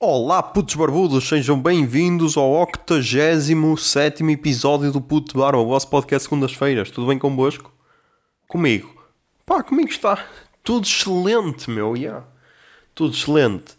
Olá, putos barbudos, sejam bem-vindos ao 87º episódio do Puto de Barba, o vosso podcast segundas-feiras. Tudo bem convosco? Comigo? Comigo está tudo excelente, meu, tudo excelente.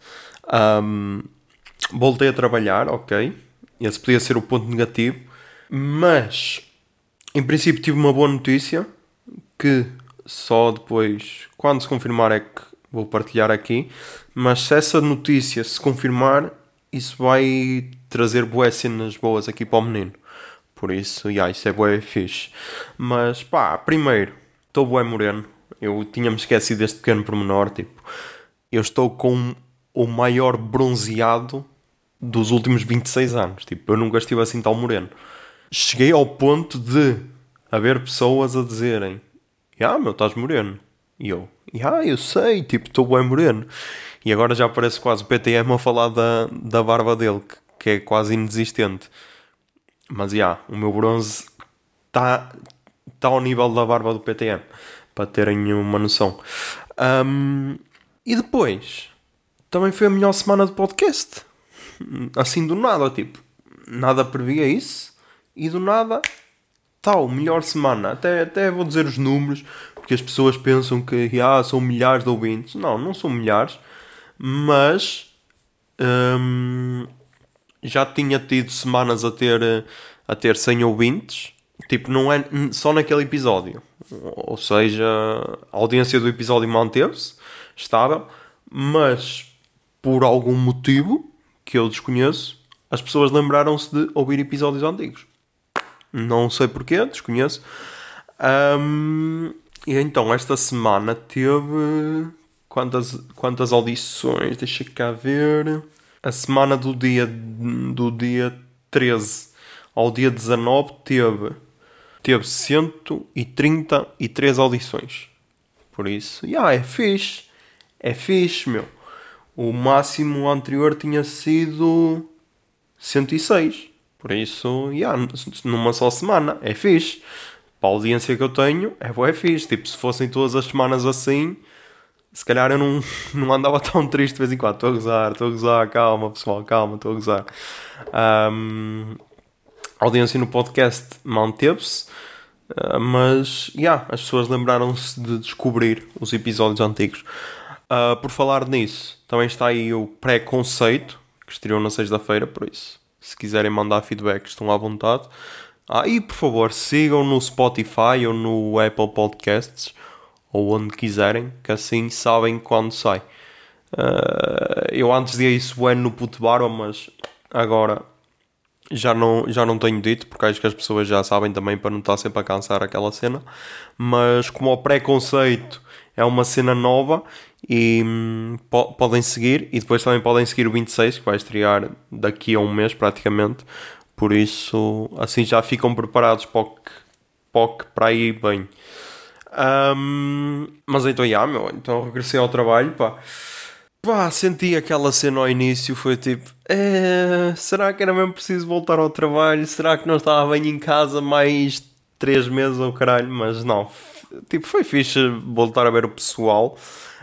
Voltei a trabalhar, ok. Esse podia ser o ponto negativo, mas em princípio tive uma boa notícia que só depois, quando se confirmar, é que vou partilhar aqui. Mas se essa notícia se confirmar, isso vai trazer bué cenas boas aqui para o menino. Por isso, isso é bué fixe. Mas primeiro, estou bué moreno. Eu tinha-me esquecido deste pequeno pormenor. Tipo, eu estou com o maior bronzeado dos últimos 26 anos. Tipo, eu nunca estive assim tão moreno. Cheguei ao ponto de haver pessoas a dizerem: meu, estás moreno. E eu sei, tipo, estou bem moreno. E agora já parece quase o PTM a falar da barba dele, que é quase inexistente. Mas o meu bronze está ao nível da barba do PTM, para terem uma noção. E depois, também foi a melhor semana de podcast. Assim do nada, tipo, nada previa isso. E do nada, melhor semana. Até vou dizer os números, porque as pessoas pensam que são milhares de ouvintes. Não são milhares, mas já tinha tido semanas a ter 100 ouvintes. Tipo, não é só naquele episódio. Ou seja, a audiência do episódio manteve-se, estável, mas por algum motivo que eu desconheço, as pessoas lembraram-se de ouvir episódios antigos. Não sei porquê, desconheço. E então, esta semana teve... Quantas audições? Deixa cá ver. A semana do dia 13 ao dia 19 teve 133 audições. Por isso, é fixe. É fixe, meu. O máximo anterior tinha sido 106. Por isso, numa só semana. É fixe. Para a audiência que eu tenho, é fixe. Tipo, se fossem todas as semanas assim, se calhar eu não andava tão triste de vez em quando. Estou a gozar, calma pessoal, calma, estou a gozar. A audiência no podcast manteve-se, mas as pessoas lembraram-se de descobrir os episódios antigos. Por falar nisso, também está aí o pré-conceito, que estreou na sexta-feira, por isso, se quiserem mandar feedback, estão à vontade. E por favor, sigam no Spotify ou no Apple Podcasts, ou onde quiserem, que assim sabem quando sai. Eu antes dizia isso no Puto Barba, mas agora já não tenho dito, porque acho que as pessoas já sabem também, para não estar sempre a cansar aquela cena. Mas como o preconceito é uma cena nova, e podem seguir, e depois também podem seguir o 26, que vai estrear daqui a um mês praticamente. Por isso, assim já ficam preparados para o que para aí bem. Mas então, então regressei ao trabalho, senti aquela cena ao início, foi tipo, será que era mesmo preciso voltar ao trabalho? Será que não estava bem em casa mais 3 meses ou caralho? Mas não, tipo, foi fixe voltar a ver o pessoal.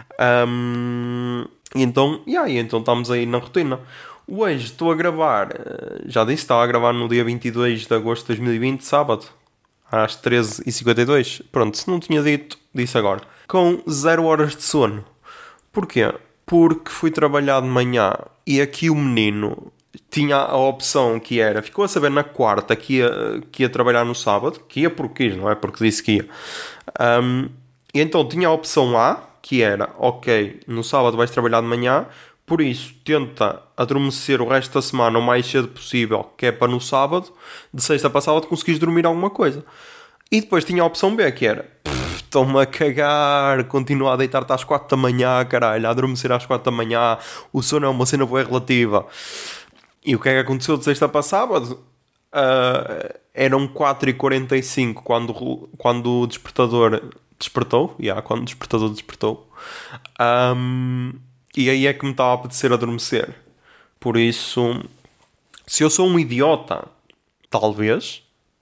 E então estamos aí na rotina. Hoje estou a gravar, já disse, estava a gravar no dia 22 de agosto de 2020, sábado, às 13h52. Pronto, se não tinha dito, disse agora. Com 0 horas de sono. Porquê? Porque fui trabalhar de manhã e aqui o menino tinha a opção que era... Ficou a saber na quarta que ia trabalhar no sábado. Que ia porque quis, não é porque disse que ia. E então tinha a opção A, que era... Ok, no sábado vais trabalhar de manhã... Por isso, tenta adormecer o resto da semana o mais cedo possível, que é para no sábado, de sexta para sábado, conseguires dormir alguma coisa. E depois tinha a opção B, que era... Estou-me a cagar, continuar a deitar-te às 4 da manhã, caralho, a adormecer às 4 da manhã, o sono é uma cena boa relativa. E o que é que aconteceu de sexta para sábado? Eram 4h45 quando o despertador despertou. Quando o despertador despertou. E aí é que me estava a apetecer adormecer. Por isso, se eu sou um idiota, talvez,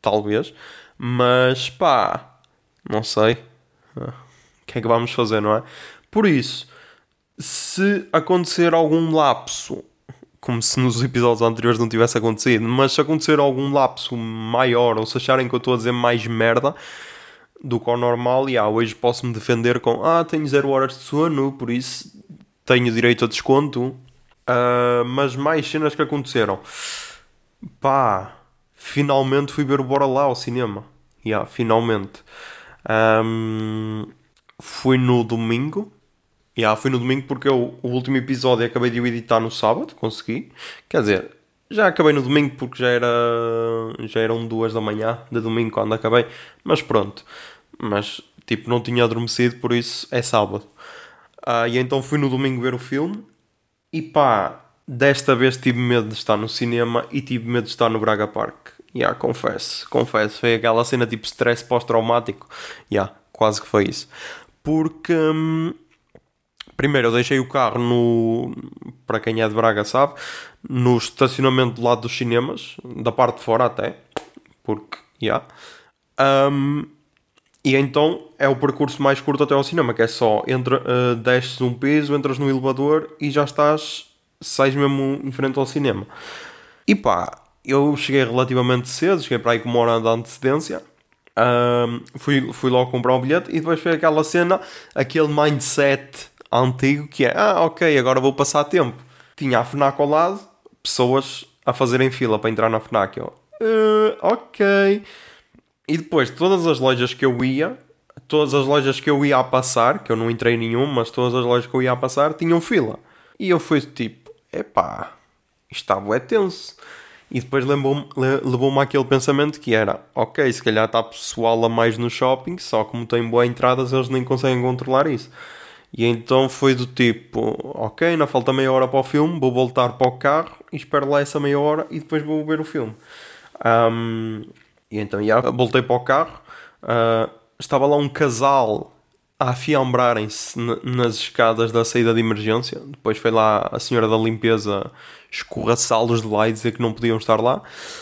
mas não sei. O que é que vamos fazer, não é? Por isso, se acontecer algum lapso como se nos episódios anteriores não tivesse acontecido. Mas se acontecer algum lapso maior, ou se acharem que eu estou a dizer mais merda do que ao normal, hoje posso-me defender com tenho 0 horas de sono, por isso tenho direito a desconto. Mas mais cenas que aconteceram. Pá, finalmente fui ver o Bora Lá ao cinema. Finalmente. Fui no domingo. Fui no domingo porque o último episódio acabei de o editar no sábado, consegui. Quer dizer, já acabei no domingo porque já eram 2 da manhã de domingo quando acabei. Mas pronto. Mas tipo, não tinha adormecido, por isso é sábado. E então fui no domingo ver o filme. E pá, desta vez tive medo de estar no cinema e tive medo de estar no Braga Park. Confesso. Foi aquela cena tipo stress pós-traumático. Quase que foi isso. Porque... primeiro, eu deixei o carro para quem é de Braga sabe, no estacionamento do lado dos cinemas, da parte de fora até, porque, e então é o percurso mais curto até ao cinema, que é só, desces um piso, entras no elevador e já sais mesmo em frente ao cinema. E pá, eu cheguei relativamente cedo, cheguei para aí com 1 hora de antecedência. Fui logo comprar um bilhete e depois foi aquela cena, aquele mindset antigo que é, ok, agora vou passar tempo. Tinha a FNAC ao lado, pessoas a fazerem fila para entrar na FNAC. Ok. E depois, todas as lojas que eu ia a passar, que eu não entrei em nenhum, mas todas as lojas que eu ia a passar tinham fila. E eu fui tipo, epá, isto está bué tenso. E depois levou-me àquele pensamento que era, ok, se calhar está pessoal a mais no shopping, só como tem boas entradas eles nem conseguem controlar isso. E então foi do tipo, ok, ainda falta meia hora para o filme, vou voltar para o carro e espero lá essa meia hora e depois vou ver o filme. E então voltei para o carro, estava lá um casal a afiambrarem-se nas escadas da saída de emergência. Depois foi lá a senhora da limpeza escorraçá-los de lá e dizer que não podiam estar lá.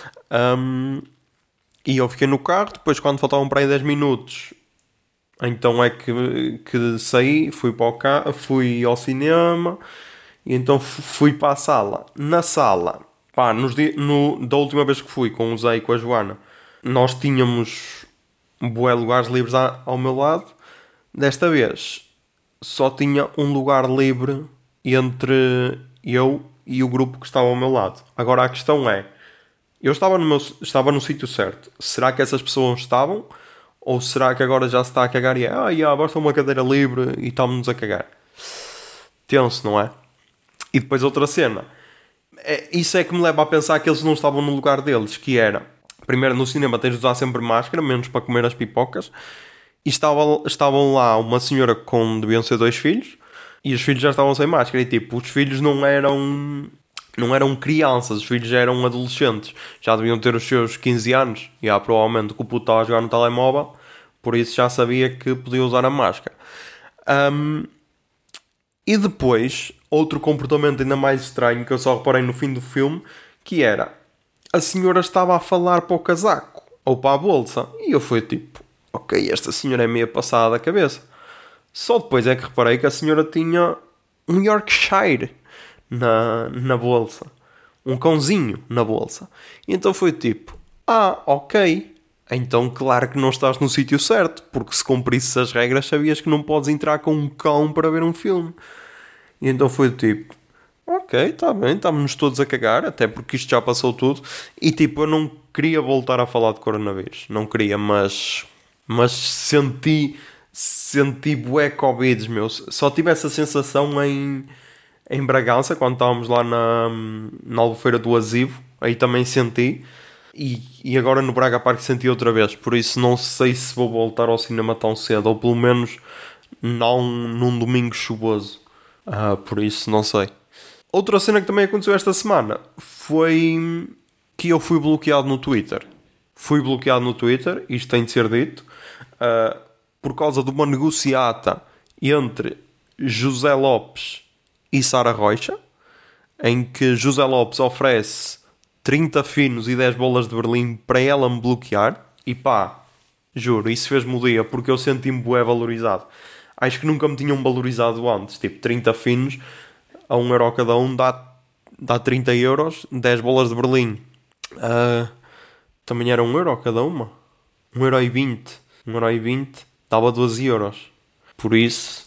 E eu fiquei no carro. Depois, quando faltavam para aí 10 minutos, então é que saí, fui ao cinema e então fui para a sala. Na sala, pá, da última vez que fui com o Zé e com a Joana, nós tínhamos bué lugares livres ao meu lado. Desta vez só tinha um lugar livre entre eu e o grupo que estava ao meu lado. Agora a questão é, eu estava no sítio certo. Será que essas pessoas estavam? Ou será que agora já se está a cagar e basta uma cadeira livre e estamos-nos a cagar? Tenso, não é? E depois outra cena. Isso é que me leva a pensar que eles não estavam no lugar deles, que era... Primeiro, no cinema tens de usar sempre máscara, menos para comer as pipocas. E estavam lá uma senhora com... deviam ser 2 filhos. E os filhos já estavam sem máscara. E tipo, os filhos não eram crianças, os filhos já eram adolescentes. Já deviam ter os seus 15 anos. E provavelmente que o puto estava a jogar no telemóvel. Por isso já sabia que podia usar a máscara. E depois, outro comportamento ainda mais estranho que eu só reparei no fim do filme, que era... a senhora estava a falar para o casaco. Ou para a bolsa. E eu fui tipo... ok, esta senhora é meio passada da cabeça. Só depois é que reparei que a senhora tinha um Yorkshire na bolsa. Um cãozinho na bolsa. E então foi tipo... ok. Então claro que não estás no sítio certo. Porque se cumprisses as regras sabias que não podes entrar com um cão para ver um filme. E então foi tipo... ok, está bem, estamos todos a cagar, até porque isto já passou tudo. E tipo, eu não queria voltar a falar de coronavírus. Não queria, mas senti bué Covid, meu. Só tive essa sensação em Bragança, quando estávamos lá na Albufeira do Azivo. Aí também senti. E agora no Braga Park senti outra vez. Por isso não sei se vou voltar ao cinema tão cedo. Ou pelo menos não num domingo chuvoso. Por isso não sei. Outra cena que também aconteceu esta semana foi que eu fui bloqueado no Twitter. Isto tem de ser dito, por causa de uma negociata entre José Lopes e Sara Rocha, em que José Lopes oferece 30 finos e 10 bolas de Berlim para ela me bloquear. E pá, juro, isso fez-me o dia, porque eu senti-me bué valorizado. Acho que nunca me tinham valorizado antes. Tipo, 30 finos a 1 euro cada um dá dá 30 euros, 10 bolas de Berlim. Também era 1 euro cada uma. 1,20€. 1,20€ dava 12 euros. Por isso,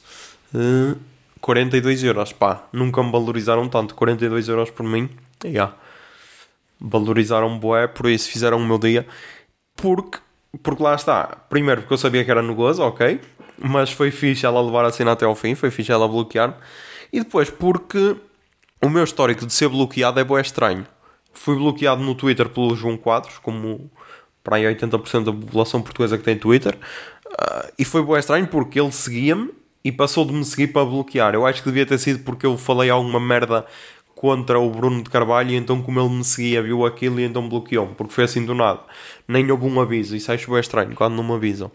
42 euros. Pá, nunca me valorizaram tanto. 42 euros por mim. Yeah. Valorizaram bué, por isso fizeram o meu dia. Porque lá está. Primeiro porque eu sabia que era no gozo, ok. Mas foi fixe ela levar a cena até ao fim. Foi fixe ela bloquear-me. E depois porque o meu histórico de ser bloqueado é bué estranho. Fui bloqueado no Twitter pelo João Quadros, como para aí 80% da população portuguesa que tem Twitter. E foi bué estranho porque ele seguia-me e passou de me seguir para bloquear. Eu acho que devia ter sido porque eu falei alguma merda contra o Bruno de Carvalho, e então como ele me seguia, viu aquilo e então bloqueou-me, porque foi assim do nada. Nem houve um aviso. Isso acho bem estranho quando não me avisam.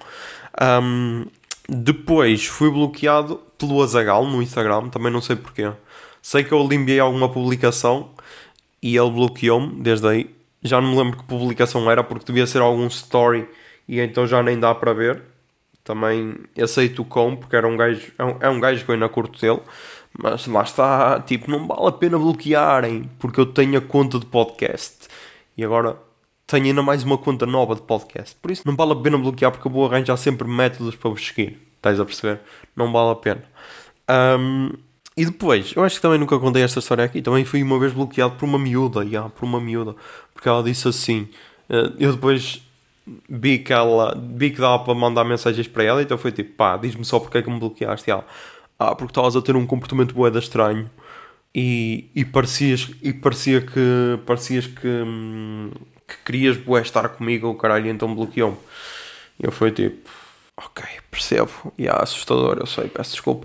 Depois fui bloqueado pelo Azaghal no Instagram, também não sei porquê. Sei que eu lhe enviei alguma publicação e ele bloqueou-me desde aí. Já não me lembro que publicação era, porque devia ser algum story e então já nem dá para ver. Também aceito o com, porque era um gajo, é um gajo que eu ainda curto dele. Mas lá está, tipo, não vale a pena bloquearem, porque eu tenho a conta de podcast. E agora tenho ainda mais uma conta nova de podcast. Por isso não vale a pena bloquear, porque eu vou arranjar sempre métodos para vos seguir. Estás a perceber? Não vale a pena. E depois, eu acho que também nunca contei esta história aqui. Também fui uma vez bloqueado por uma miúda. Por uma miúda. Porque ela disse assim. Eu depois vi que dava para mandar mensagens para ela. Então foi tipo, pá, diz-me só porque é que me bloqueaste. E ela, porque estavas a ter um comportamento bué da estranho. E parecia que querias bué estar comigo, o caralho, então bloqueou-me. E eu fui tipo, ok, percebo. E é assustador, eu sei, peço desculpa.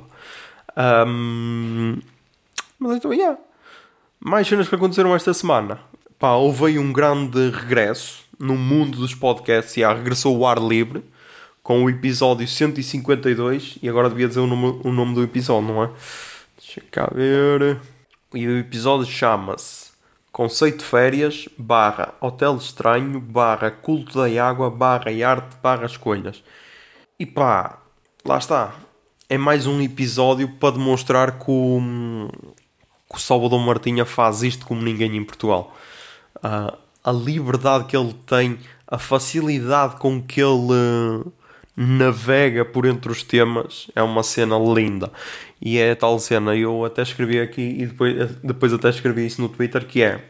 Mas então, mais cenas que aconteceram esta semana. Pá, houve aí um grande regresso no mundo dos podcasts. Regressou o Ar Livre com o episódio 152. E agora devia dizer o nome do episódio, não é? Deixa cá ver. E o episódio chama-se Conceito de Férias / Hotel Estranho / Culto da Água / Arte / Escolhas. E pá, lá está. É mais um episódio para demonstrar que o Salvador Martinha faz isto como ninguém em Portugal. A liberdade que ele tem, a facilidade com que ele navega por entre os temas, é uma cena linda. E é a tal cena, eu até escrevi aqui e depois até escrevi isso no Twitter, que é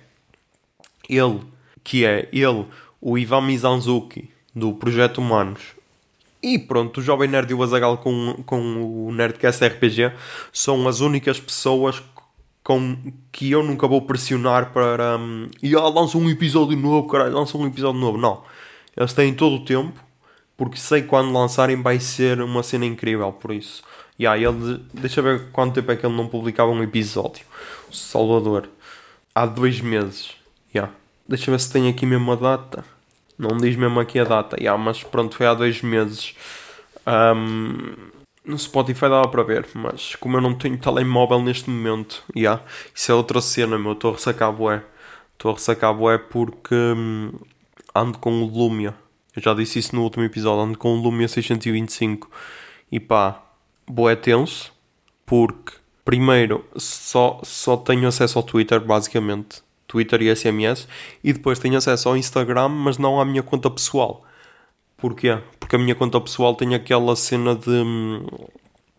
ele, o Ivan Mizanzuki, do Projeto Humanos, e pronto, o Jovem Nerd e o Azaghal com o Nerdcast RPG são as únicas pessoas com que eu nunca vou pressionar para lança um episódio novo, caralho, lança um episódio novo. Não, eles têm todo o tempo, porque sei que quando lançarem vai ser uma cena incrível. Por isso, ele, deixa ver quanto tempo é que ele não publicava um episódio. O Salvador, há 2 meses. Deixa ver se tem aqui mesmo a data. Não diz mesmo aqui a data. Mas pronto, foi há 2 meses. No Spotify dava para ver, mas como eu não tenho telemóvel neste momento, isso é outra cena, meu. Estou a ressacar bué porque ando com o Lumia. Eu já disse isso no último episódio. Ando com o Lumia 625 e pá, bué tenso, porque primeiro só tenho acesso ao Twitter, basicamente. Twitter e SMS. E depois tenho acesso ao Instagram, mas não à minha conta pessoal. Porquê? Porque a minha conta pessoal tem aquela cena do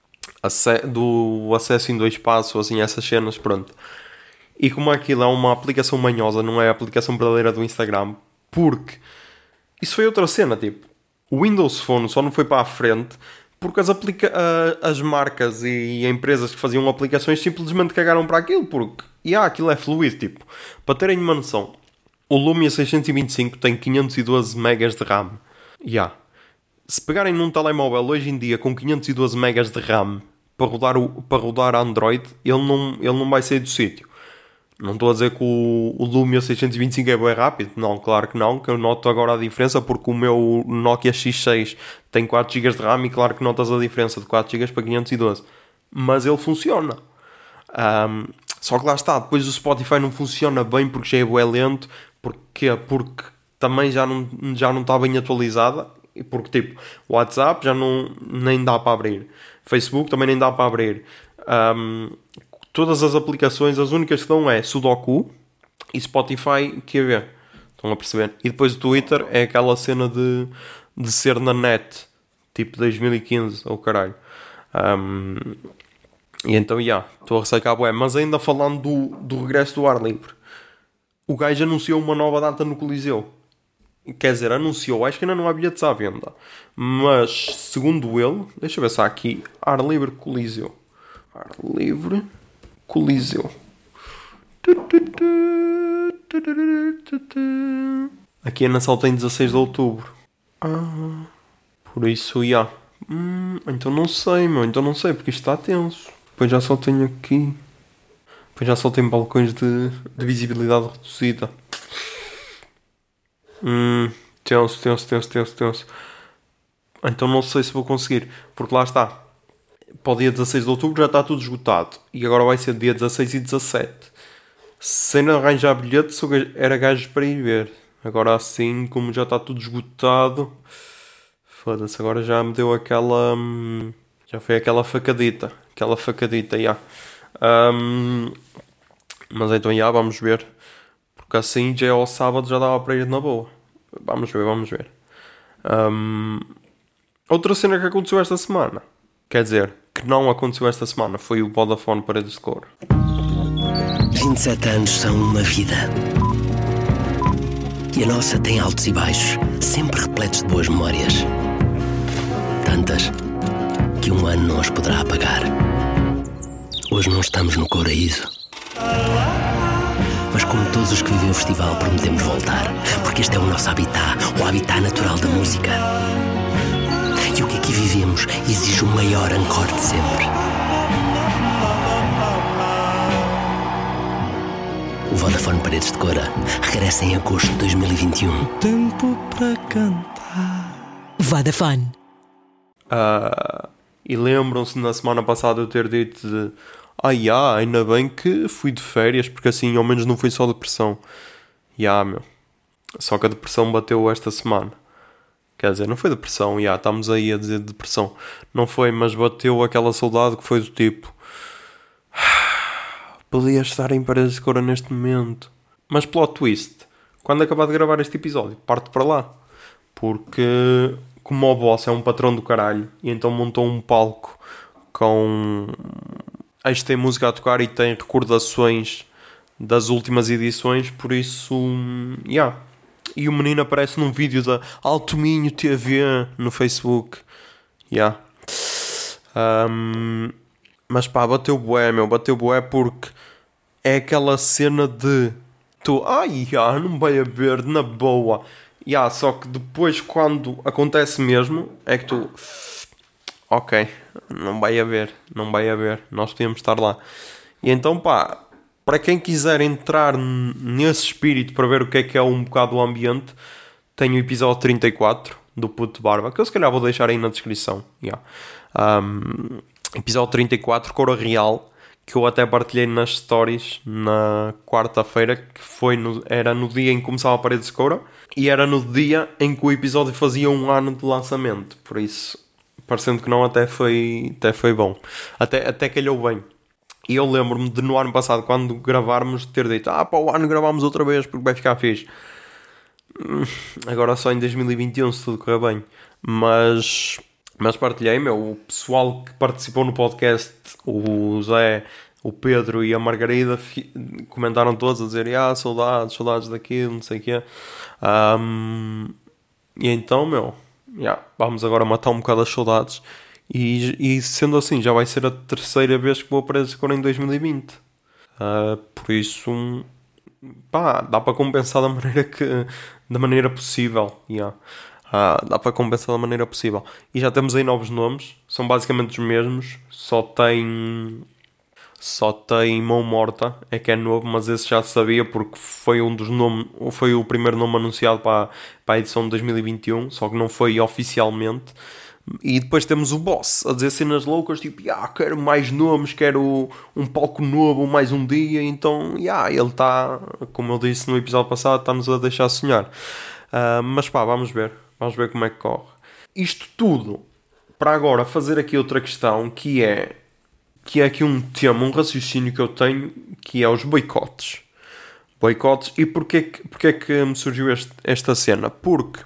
acesso em 2 passos, assim, essas cenas, pronto. E como aquilo é uma aplicação manhosa, não é a aplicação verdadeira do Instagram, porque isso foi outra cena, tipo, o Windows Phone só não foi para a frente porque as marcas e empresas que faziam aplicações simplesmente cagaram para aquilo, porque aquilo é fluido, tipo, para terem uma noção, o Lumia 625 tem 512 MB de RAM. Se pegarem num telemóvel hoje em dia com 512 MB de RAM para rodar Android, ele não vai sair do sítio. Não estou a dizer que o Lumia 625 é bem rápido. Não, claro que não, que eu noto agora a diferença, porque o meu Nokia X6 tem 4 GB de RAM e claro que notas a diferença de 4 GB para 512. Mas ele funciona. Só que lá está, depois o Spotify não funciona bem porque já é bué lento. Porquê? Porque também já não está bem atualizada. Porque tipo, o WhatsApp nem dá para abrir. Facebook também nem dá para abrir. todas as aplicações, as únicas que dão é Sudoku e Spotify QV. Estão a perceber? E depois o Twitter é aquela cena de ser na net, tipo 2015, ou caralho. E então, estou a ressacar bué. Mas ainda falando do regresso do ar livre, o gajo anunciou uma nova data no Coliseu. Quer dizer, anunciou, acho que ainda não há bilhetes à venda. Mas, segundo ele, deixa eu ver se há aqui, ar livre Coliseu. Ar livre Coliseu. Aqui a Nassau tem 16 de outubro. Por isso, então não sei, então não sei, porque isto está tenso. Depois já só tenho aqui. Depois já só tenho balcões de visibilidade reduzida. Tenso. Então não sei se vou conseguir. Porque lá está. Para o dia 16 de outubro já está tudo esgotado. E agora vai ser dia 16 e 17. Se não arranjar bilhete, era gajo para ir ver. Agora assim, como já está tudo esgotado... Foda-se, agora já me deu aquela... já foi aquela facadita. Mas então, vamos ver. Porque assim já é ao sábado, já dava para ir na boa. Vamos ver. Outra cena que aconteceu esta semana. Quer dizer, que não aconteceu esta semana. Foi o Vodafone Paredes de Coura. 27 anos são uma vida. E a nossa tem altos e baixos, sempre repletos de boas memórias. Tantas que um ano não as poderá apagar. Hoje não estamos no Couraíso. Mas como todos os que vivem o festival, prometemos voltar. Porque este é o nosso habitat, o habitat natural da música. E o que aqui vivemos exige o maior encore de sempre. O Vodafone Paredes de Coura regressa em agosto de 2021. Tempo para cantar. Vodafone. E lembram-se na semana passada eu ter dito de... ainda bem que fui de férias, porque assim ao menos não foi só depressão. Meu. Só que a depressão bateu esta semana. Quer dizer, não foi depressão, estamos aí a dizer depressão. Não foi, mas bateu aquela saudade que foi do tipo... Podia estar em Paredes de Coura neste momento. Mas plot twist. Quando acabar de gravar este episódio, parto para lá. Porque como o boss é um patrão do caralho, e então montou um palco com... Isto tem música a tocar e tem recordações das últimas edições, por isso... E o menino aparece num vídeo da Alto Minho TV no Facebook. Mas bateu bué, porque é aquela cena de tu, não vai haver, na boa. Só que depois quando acontece mesmo, é que tu, ok, não vai haver, nós podemos estar lá. E então para quem quiser entrar nesse espírito para ver o que é um bocado o ambiente, tem o episódio 34 do Puto Barba, que eu se calhar vou deixar aí na descrição. Episódio 34, Coura Real, que eu até partilhei nas stories na quarta-feira, que era no dia em que começava a Paredes de Coura, e era no dia em que o episódio fazia 1 ano de lançamento. Por isso, parecendo que não, até foi bom. Até calhou bem. E eu lembro-me de no ano passado, quando gravarmos, ter dito para o ano gravamos outra vez porque vai ficar fixe. Agora só em 2021, se tudo correr bem. Mas partilhei, o pessoal que participou no podcast, o Zé, o Pedro e a Margarida, comentaram todos a dizer saudades daquilo, não sei o quê. E então, vamos agora matar um bocado as saudades. E sendo assim, já vai ser a terceira vez que vou a Paredes de Coura em 2020. Por isso, dá para compensar da maneira possível. Dá para compensar da maneira possível. E já temos aí novos nomes. São basicamente os mesmos. Só tem Mão Morta. É que é novo, mas esse já se sabia porque foi foi o primeiro nome anunciado para a edição de 2021. Só que não foi oficialmente. E depois temos o Boss a dizer cenas loucas, tipo, quero mais nomes, quero um palco novo, mais um dia. Então, ele está, como eu disse no episódio passado, está-nos a deixar sonhar. Mas vamos ver como é que corre. Isto tudo para agora fazer aqui outra questão, que é que é aqui um tema, um raciocínio que eu tenho, que é os boicotes. Boicotes. E porquê é que me surgiu esta cena? Porque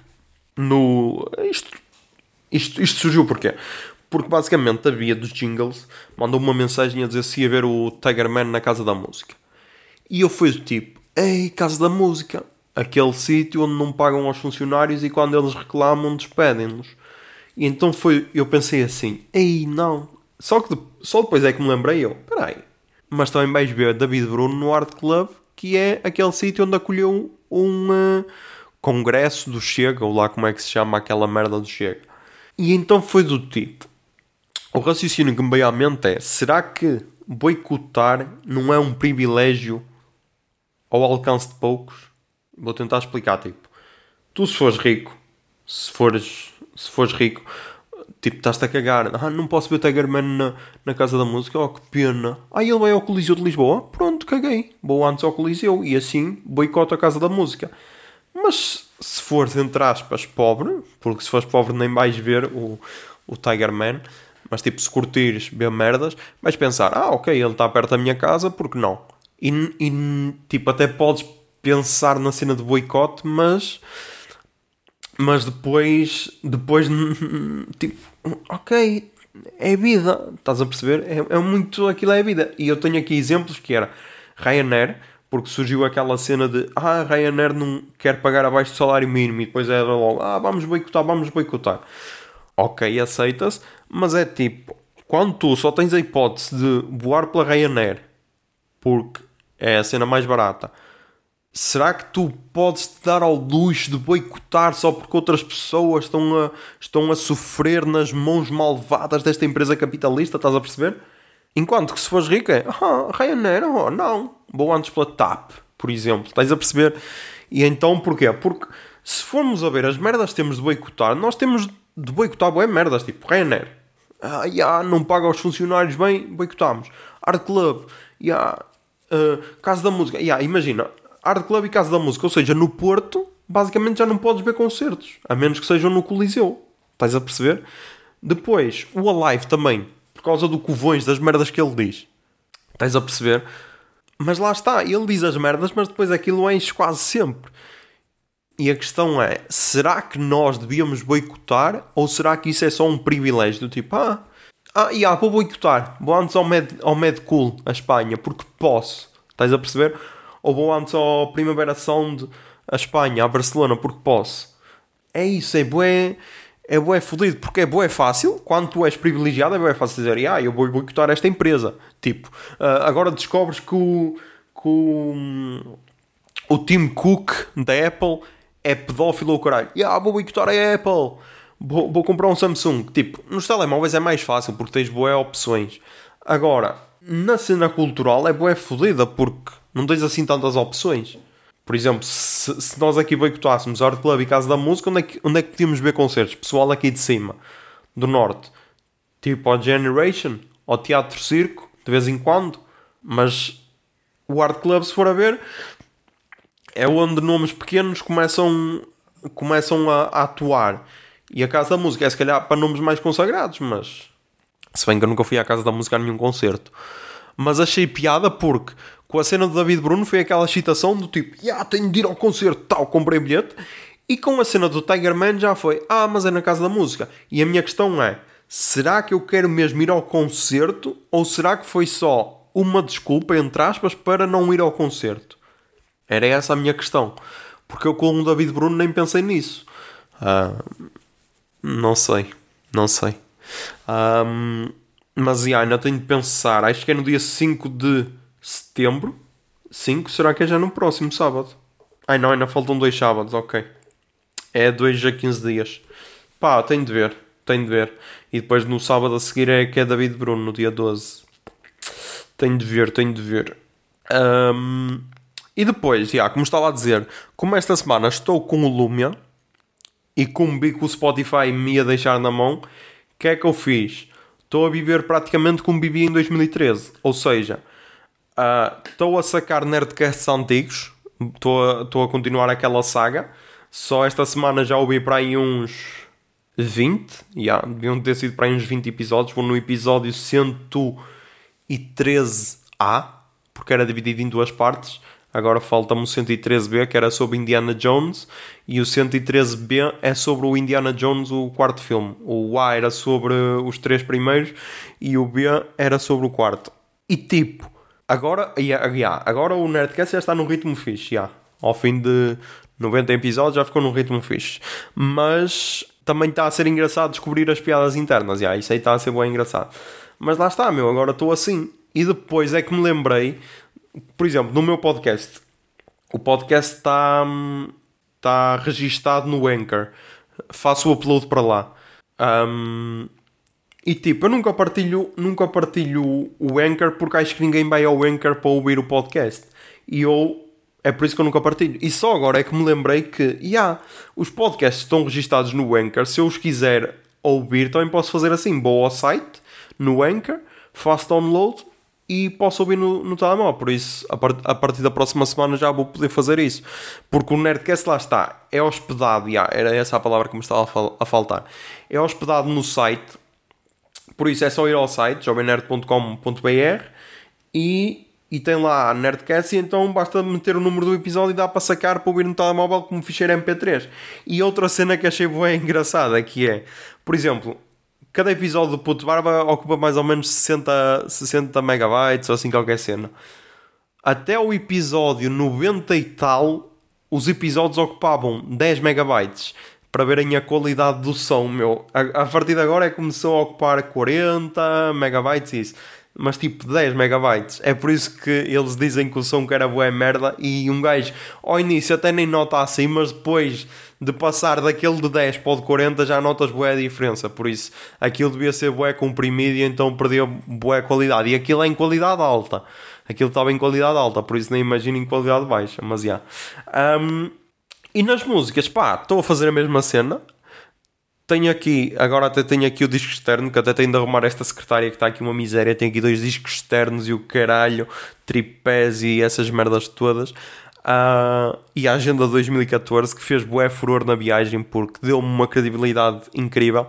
isto surgiu porquê? Porque basicamente havia dos jingles, mandou uma mensagem a dizer se ia ver o Tiger Man na Casa da Música. E eu fui do tipo, ei, Casa da Música, aquele sítio onde não pagam aos funcionários e quando eles reclamam despedem-nos. E então eu pensei assim, ei, não. Só depois é que me lembrei peraí, mas também vais ver David Bruno no Art Club, que é aquele sítio onde acolheu um congresso do Chega, ou lá como é que se chama aquela merda do Chega. E então foi do tipo, o raciocínio que me veio à mente é, será que boicotar não é um privilégio ao alcance de poucos? Vou tentar explicar, tipo, tu se fores rico, se fores rico, tipo, estás-te a cagar, não posso ver o Tiger Man na Casa da Música, que pena. Ele vai ao Coliseu de Lisboa, pronto, caguei, vou antes ao Coliseu, e assim boicoto a Casa da Música. Mas se fores, entre aspas, pobre, porque se fores pobre nem vais ver o Tiger Man, mas tipo, se curtires ver merdas, vais pensar, ok, ele está perto da minha casa, porque não? E tipo, até podes pensar na cena de boicote, mas depois tipo, ok, é vida, estás a perceber? É muito, aquilo é a vida. E eu tenho aqui exemplos que era Ryanair, porque surgiu aquela cena de Ryanair não quer pagar abaixo do salário mínimo, e depois era logo, vamos boicotar. Ok, aceita-se, mas é tipo, quando tu só tens a hipótese de voar pela Ryanair, porque é a cena mais barata, será que tu podes te dar ao luxo de boicotar só porque outras pessoas estão a sofrer nas mãos malvadas desta empresa capitalista, estás a perceber? Enquanto que se fores rico é, Ryanair, não, vou antes pela TAP, por exemplo, estás a perceber? E então porquê? Porque se formos a ver as merdas que temos de boicotar, nós temos de boicotar boas merdas, tipo Ryanair. Não paga aos funcionários bem, boicotamos. Art Club, Casa da Música, imagina, Art Club e Casa da Música, ou seja, no Porto, basicamente já não podes ver concertos, a menos que sejam no Coliseu, estás a perceber? Depois, o Alive também, por causa do Covões, das merdas que ele diz, estás a perceber? Mas lá está, ele diz as merdas, mas depois aquilo enche quase sempre. E a questão é, será que nós devíamos boicotar, ou será que isso é só um privilégio? Do tipo, vou boicotar, vou antes ao Mad Cool, a Espanha, porque posso, estás a perceber? Ou vou antes ao Primavera Sound, a Espanha, a Barcelona, porque posso. É isso, é bué fodido, porque é bué fácil, quando tu és privilegiado, é bué fácil dizer, eu vou boicotar esta empresa. Tipo, agora descobres que o Tim Cook da Apple é pedófilo ou caralho. Vou boicotar a Apple. Vou comprar um Samsung. Tipo, nos telemóveis é mais fácil, porque tens bué opções. Agora, na cena cultural é bué fodida, porque não tens assim tantas opções. Por exemplo, se nós aqui boicotássemos a Art Club e Casa da Música, onde é que podíamos ver concertos? Pessoal aqui de cima, do norte. Tipo, ao Generation, ao Teatro Circo, de vez em quando. Mas o Art Club, se for a ver, é onde nomes pequenos começam a atuar. E a Casa da Música é se calhar para nomes mais consagrados, mas se bem que eu nunca fui à Casa da Música a nenhum concerto. Mas achei piada porque com a cena do David Bruno foi aquela excitação do tipo, tenho de ir ao concerto, comprei bilhete. E com a cena do Tiger Man já foi, mas é na Casa da Música. E a minha questão é, será que eu quero mesmo ir ao concerto, ou será que foi só uma desculpa, entre aspas, para não ir ao concerto? Era essa a minha questão. Porque eu com o David Bruno nem pensei nisso. Não sei. Mas ainda tenho de pensar. Acho que é no dia 5 de setembro. 5? Será que é já no próximo sábado? Não, ainda faltam 2 sábados, ok. É 2 a 15 dias. Tenho de ver. E depois no sábado a seguir é que é David Bruno, no dia 12. Tenho de ver. E depois, como estava a dizer, como esta semana estou com o Lumia e como vi que o Spotify me ia deixar na mão, o que é que eu fiz? Estou a viver praticamente como vivia em 2013. Ou seja, estou a sacar Nerdcasts antigos, estou a continuar aquela saga. Só esta semana já ouvi para aí uns 20. Deviam ter sido para aí uns 20 episódios. Vou no episódio 100 113A, porque era dividido em duas partes. Agora falta-me o 113B, que era sobre Indiana Jones, e o 113B é sobre o Indiana Jones, o quarto filme. O A era sobre os 3 primeiros e o B era sobre o quarto. E tipo, agora o Nerdcast já está num ritmo fixe, ao fim de 90 episódios já ficou num ritmo fixe. Mas também está a ser engraçado descobrir as piadas internas, isso aí está a ser bem engraçado. Mas lá está, agora estou assim. E depois é que me lembrei, por exemplo, no meu podcast, o podcast está registado no Anchor, faço o upload para lá, e tipo, eu nunca partilho o Anchor, porque acho que ninguém vai ao Anchor para ouvir o podcast, e é por isso que eu nunca partilho. E só agora é que me lembrei que os podcasts estão registados no Anchor. Se eu os quiser ouvir, também posso fazer assim, vou ao site, no Anchor, faço download e posso ouvir no telemóvel. Por isso, a partir da próxima semana já vou poder fazer isso. Porque o Nerdcast, lá está, é hospedado, era essa a palavra que me estava a faltar. É hospedado no site, por isso é só ir ao site, jovemnerd.com.br, e tem lá a Nerdcast, e então basta meter o número do episódio e dá para sacar para ouvir no telemóvel como ficheiro MP3. E outra cena que achei bem engraçada, que é, por exemplo, cada episódio do Puto Barba ocupa mais ou menos 60 megabytes ou assim qualquer cena. Até o episódio 90 e tal, os episódios ocupavam 10 megabytes. Para verem a qualidade do som, A partir de agora começou a ocupar 40 megabytes isso. Mas tipo 10 megabytes. É por isso que eles dizem que o som que era bué merda. E um gajo ao início até nem nota assim, mas depois de passar daquele de 10 para o de 40 já notas bué a diferença. Por isso aquilo devia ser bué comprimido e então perdia bué qualidade. E aquilo é em qualidade alta. Aquilo estava em qualidade alta, por isso nem imagino em qualidade baixa. Mas e nas músicas, estou a fazer a mesma cena. Agora até tenho aqui o disco externo, que até tenho de arrumar esta secretária que está aqui uma miséria. Tenho aqui 2 discos externos e o caralho, tripés e essas merdas todas. E a Agenda 2014, que fez bué furor na viagem, porque deu-me uma credibilidade incrível.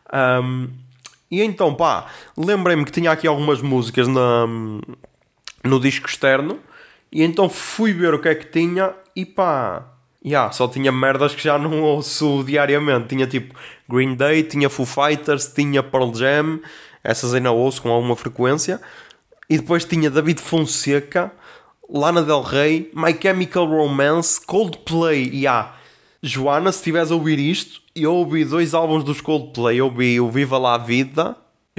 E então, lembrei-me que tinha aqui algumas músicas no disco externo, e então fui ver o que é que tinha, e só tinha merdas que já não ouço diariamente. Tinha tipo Green Day, tinha Foo Fighters, tinha Pearl Jam, essas ainda ouço com alguma frequência. E depois tinha David Fonseca, Lana Del Rey, My Chemical Romance, Coldplay. Joana, se estiveres a ouvir isto, eu ouvi 2 álbuns dos Coldplay. Eu ouvi o Viva La Vida,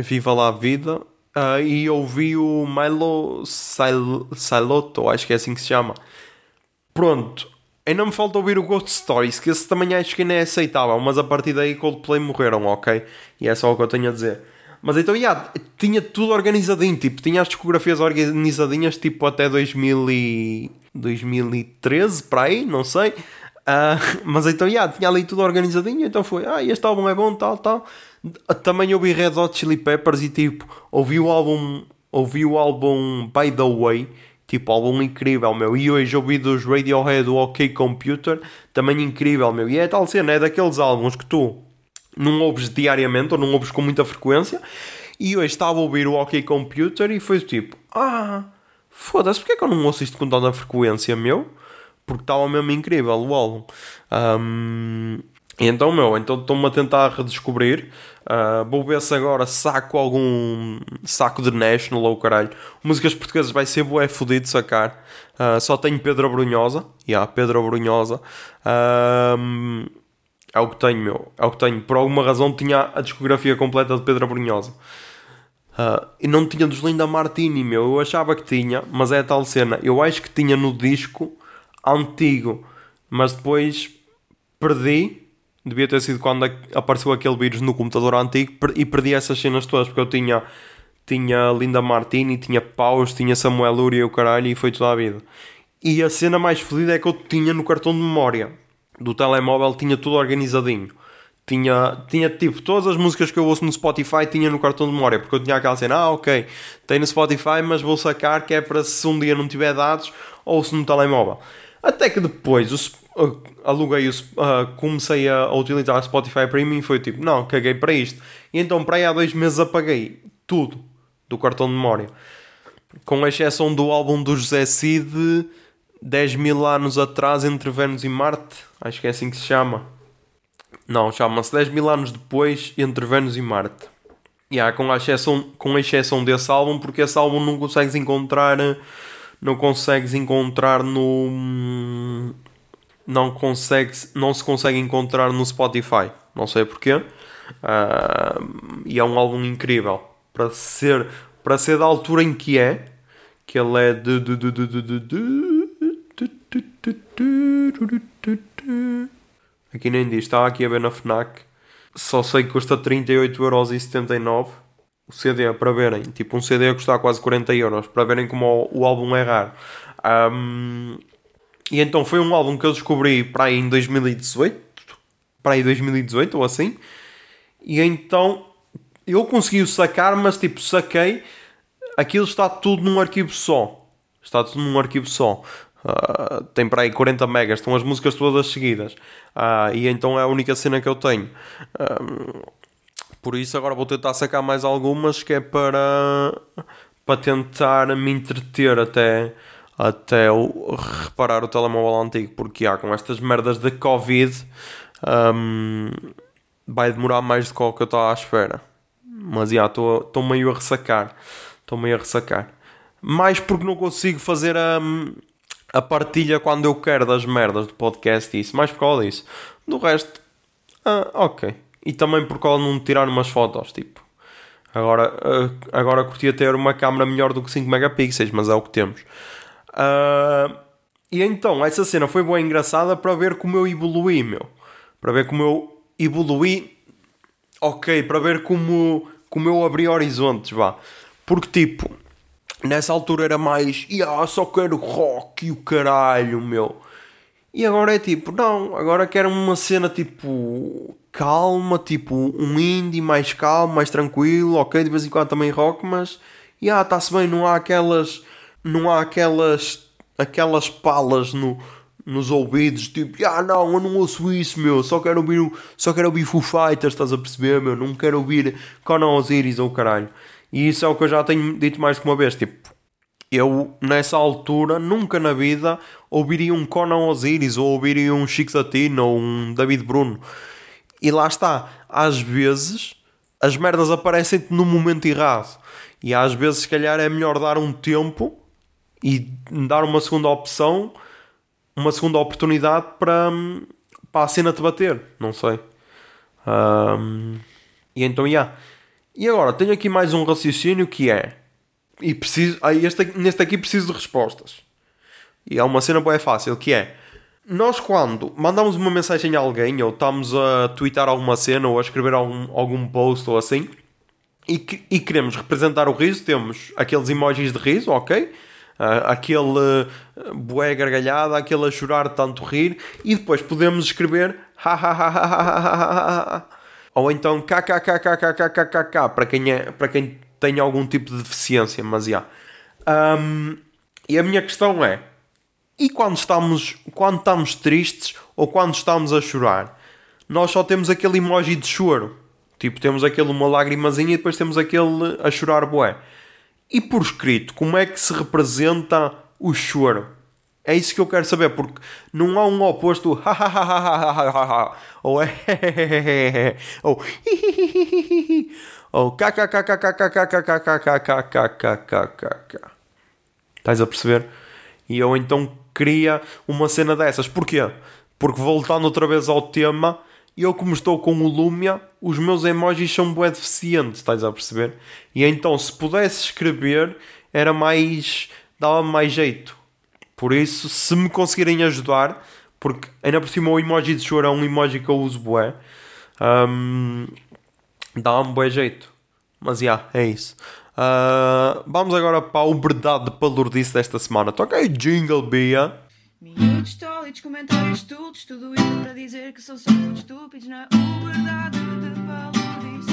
e ouvi o Milo Silotto, acho que é assim que se chama. Pronto. Ainda me falta ouvir o Ghost Stories, que esse também acho que ainda é aceitável, mas a partir daí Coldplay morreram, ok? E é só o que eu tenho a dizer. Mas então, tinha tudo organizadinho, tipo, tinha as discografias organizadinhas, tipo, até 2013, para aí, não sei. Mas então, tinha ali tudo organizadinho, então foi, este álbum é bom, tal. Também ouvi Red Hot Chili Peppers e, tipo, ouvi o álbum By The Way, tipo, álbum incrível, E hoje ouvi dos Radiohead o OK Computer, também incrível, E é tal cena, é daqueles álbuns que tu não ouves diariamente ou não ouves com muita frequência. E hoje estava a ouvir o OK Computer e foi tipo, foda-se, porque é que eu não ouço isto com tanta frequência, Porque estava mesmo incrível o álbum. Então estou-me a tentar redescobrir. Vou ver se agora saco algum saco de National ou caralho. Músicas portuguesas vai ser bué fodido sacar. Só tenho Pedro Abrunhosa. Pedro Abrunhosa. É o que tenho, É o que tenho. Por alguma razão tinha a discografia completa de Pedro Abrunhosa. E não tinha dos Linda Martini, Eu achava que tinha, mas é a tal cena. Eu acho que tinha no disco antigo, mas depois perdi. Devia ter sido quando apareceu aquele vírus no computador antigo e perdi essas cenas todas, porque eu tinha Linda Martini, tinha Paus, tinha Samuel Luria e o caralho, e foi toda a vida. E a cena mais fodida é que eu tinha no cartão de memória do telemóvel, tinha tudo organizadinho. Tinha tipo todas as músicas que eu ouço no Spotify, tinha no cartão de memória, porque eu tinha aquela cena, ok, tem no Spotify, mas vou sacar, que é para se um dia não tiver dados, ouço no telemóvel. Até que depois comecei a utilizar a Spotify Premium e foi tipo, não, caguei para isto. E então para aí há 2 meses apaguei tudo do cartão de memória. Com exceção do álbum do José Cid, 10 mil anos atrás, entre Vênus e Marte. Acho que é assim que se chama. Não, chama-se 10 mil anos depois, entre Vênus e Marte. Com exceção desse álbum, porque esse álbum não consegues encontrar no... Não se consegue encontrar no Spotify. Não sei porquê. E é um álbum incrível. Para ser da altura em que ele é de... Aqui nem diz, estava aqui a ver na FNAC. Só sei que custa 38,79€. O CD, para verem. Tipo, um CD a custar quase 40€. Para verem como o álbum é raro. E então foi um álbum que eu descobri para aí em 2018. Para aí 2018 ou assim. E então eu consegui sacar, mas tipo, saquei. Aquilo está tudo num arquivo só. Tem para aí 40 megas. Estão as músicas todas seguidas. E então é a única cena que eu tenho. Por isso agora vou tentar sacar mais algumas, que é para tentar me entreter até eu reparar o telemóvel antigo. Porque com estas merdas da Covid vai demorar mais do que o que eu estava à espera. Mas estou meio a ressacar. Mais porque não consigo fazer a partilha quando eu quero das merdas do podcast e isso. Mais por causa disso. Do resto, ok. E também por causa de não tirar umas fotos, tipo. Agora curtia ter uma câmera melhor do que 5 megapixels, mas é o que temos. E então, essa cena foi bem engraçada para ver como eu evoluí, Para ver como eu evoluí. Ok, para ver como eu abri horizontes, vá. Porque, tipo, nessa altura era mais... só quero rock e o caralho, E agora é tipo... Não, agora quero uma cena, tipo... calma, tipo... Um indie mais calmo, mais tranquilo. Ok, de vez em quando também rock, mas... está-se bem, não há aquelas palas nos ouvidos, tipo, não, eu não ouço isso, só quero ouvir Foo Fighters, estás a perceber, não quero ouvir Conan Osiris ou caralho. E isso é o que eu já tenho dito mais que uma vez, tipo, eu nessa altura nunca na vida ouviria um Conan Osiris ou ouviria um Chico Satino ou um David Bruno. E lá está, às vezes as merdas aparecem-te no momento errado e às vezes se calhar é melhor dar um tempo e dar uma segunda opção, uma segunda oportunidade para a cena te bater, não sei. E então, E agora, tenho aqui mais um raciocínio que é... E preciso... neste aqui preciso de respostas. E é uma cena bem fácil, que é... Nós quando mandamos uma mensagem a alguém, ou estamos a tweetar alguma cena, ou a escrever algum post, ou assim, e queremos representar o riso, temos aqueles emojis de riso, ok? Aquele bué gargalhada, aquele a chorar de tanto rir, e depois podemos escrever ou então kkkkkkkk para quem tem algum tipo de deficiência, mas e a minha questão é, e quando estamos tristes ou quando estamos a chorar, nós só temos aquele emoji de choro, tipo, temos uma lagrimazinha e depois temos aquele a chorar bué. E por escrito, como é que se representa o choro? É isso que eu quero saber, porque não há um oposto ou ou kkkkkkkkkkkkkkkkkk. Estás a perceber? E eu então queria uma cena dessas. Porquê? Porque voltando outra vez ao tema, eu como estou com o Lumia, os meus emojis são bué deficientes, estás a perceber? E então se pudesse escrever, dava mais jeito. Por isso, se me conseguirem ajudar, porque ainda por cima o emoji de choro é um emoji que eu uso bué, dá-me bué jeito. Mas é isso. Vamos agora para a uberdade de palurdice desta semana. Toca aí jingle, Bia. Minutos tólidos, comentários estúpidos, tudo isso para dizer que são só muito estúpidos na uberdade de palurdice.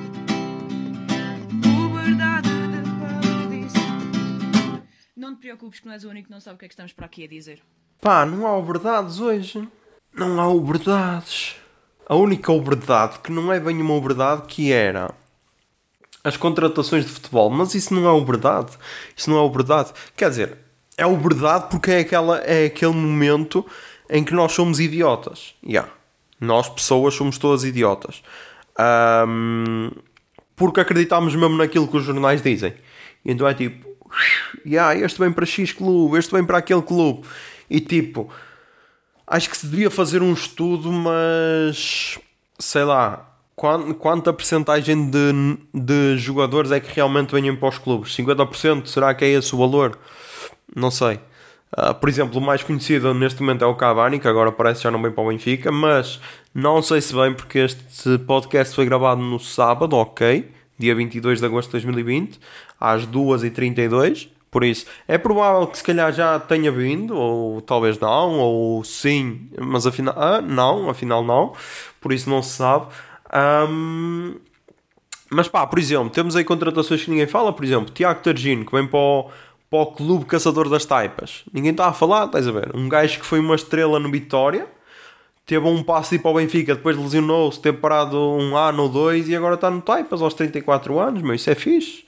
Uberdade de palurdice. Não te preocupes que não és o único que não sabe o que é que estamos para aqui a dizer. Pá, não há uberdades hoje. Não há uberdades. A única uberdade que não é bem uma uberdade que era... as contratações de futebol, mas isso não é o verdade. Isso não é o verdade. Quer dizer, é o verdade porque é aquele momento em que nós somos idiotas. Nós, pessoas, somos todas idiotas. Porque acreditamos mesmo naquilo que os jornais dizem. E então é tipo, este vem para X clube, este vem para aquele clube. E tipo, acho que se devia fazer um estudo, mas sei lá, quanta percentagem de jogadores é que realmente vêm para os clubes? 50%? Será que é esse o valor? Não sei. Por exemplo, o mais conhecido neste momento é o Cavani, que agora parece que já não vem para o Benfica, mas não sei se vem porque este podcast foi gravado no sábado, ok, dia 22 de agosto de 2020, às 2h32, por isso é provável que se calhar já tenha vindo, ou talvez não, ou sim, mas afinal não, por isso não se sabe. Mas pá, por exemplo, temos aí contratações que ninguém fala, por exemplo, Tiago Targino, que vem para o Clube Caçador das Taipas. Ninguém está a falar, estás a ver? Um gajo que foi uma estrela no Vitória, teve um passo de ir para o Benfica, depois lesionou-se, teve parado um ano ou dois e agora está no Taipas aos 34 anos, meu, isso é fixe.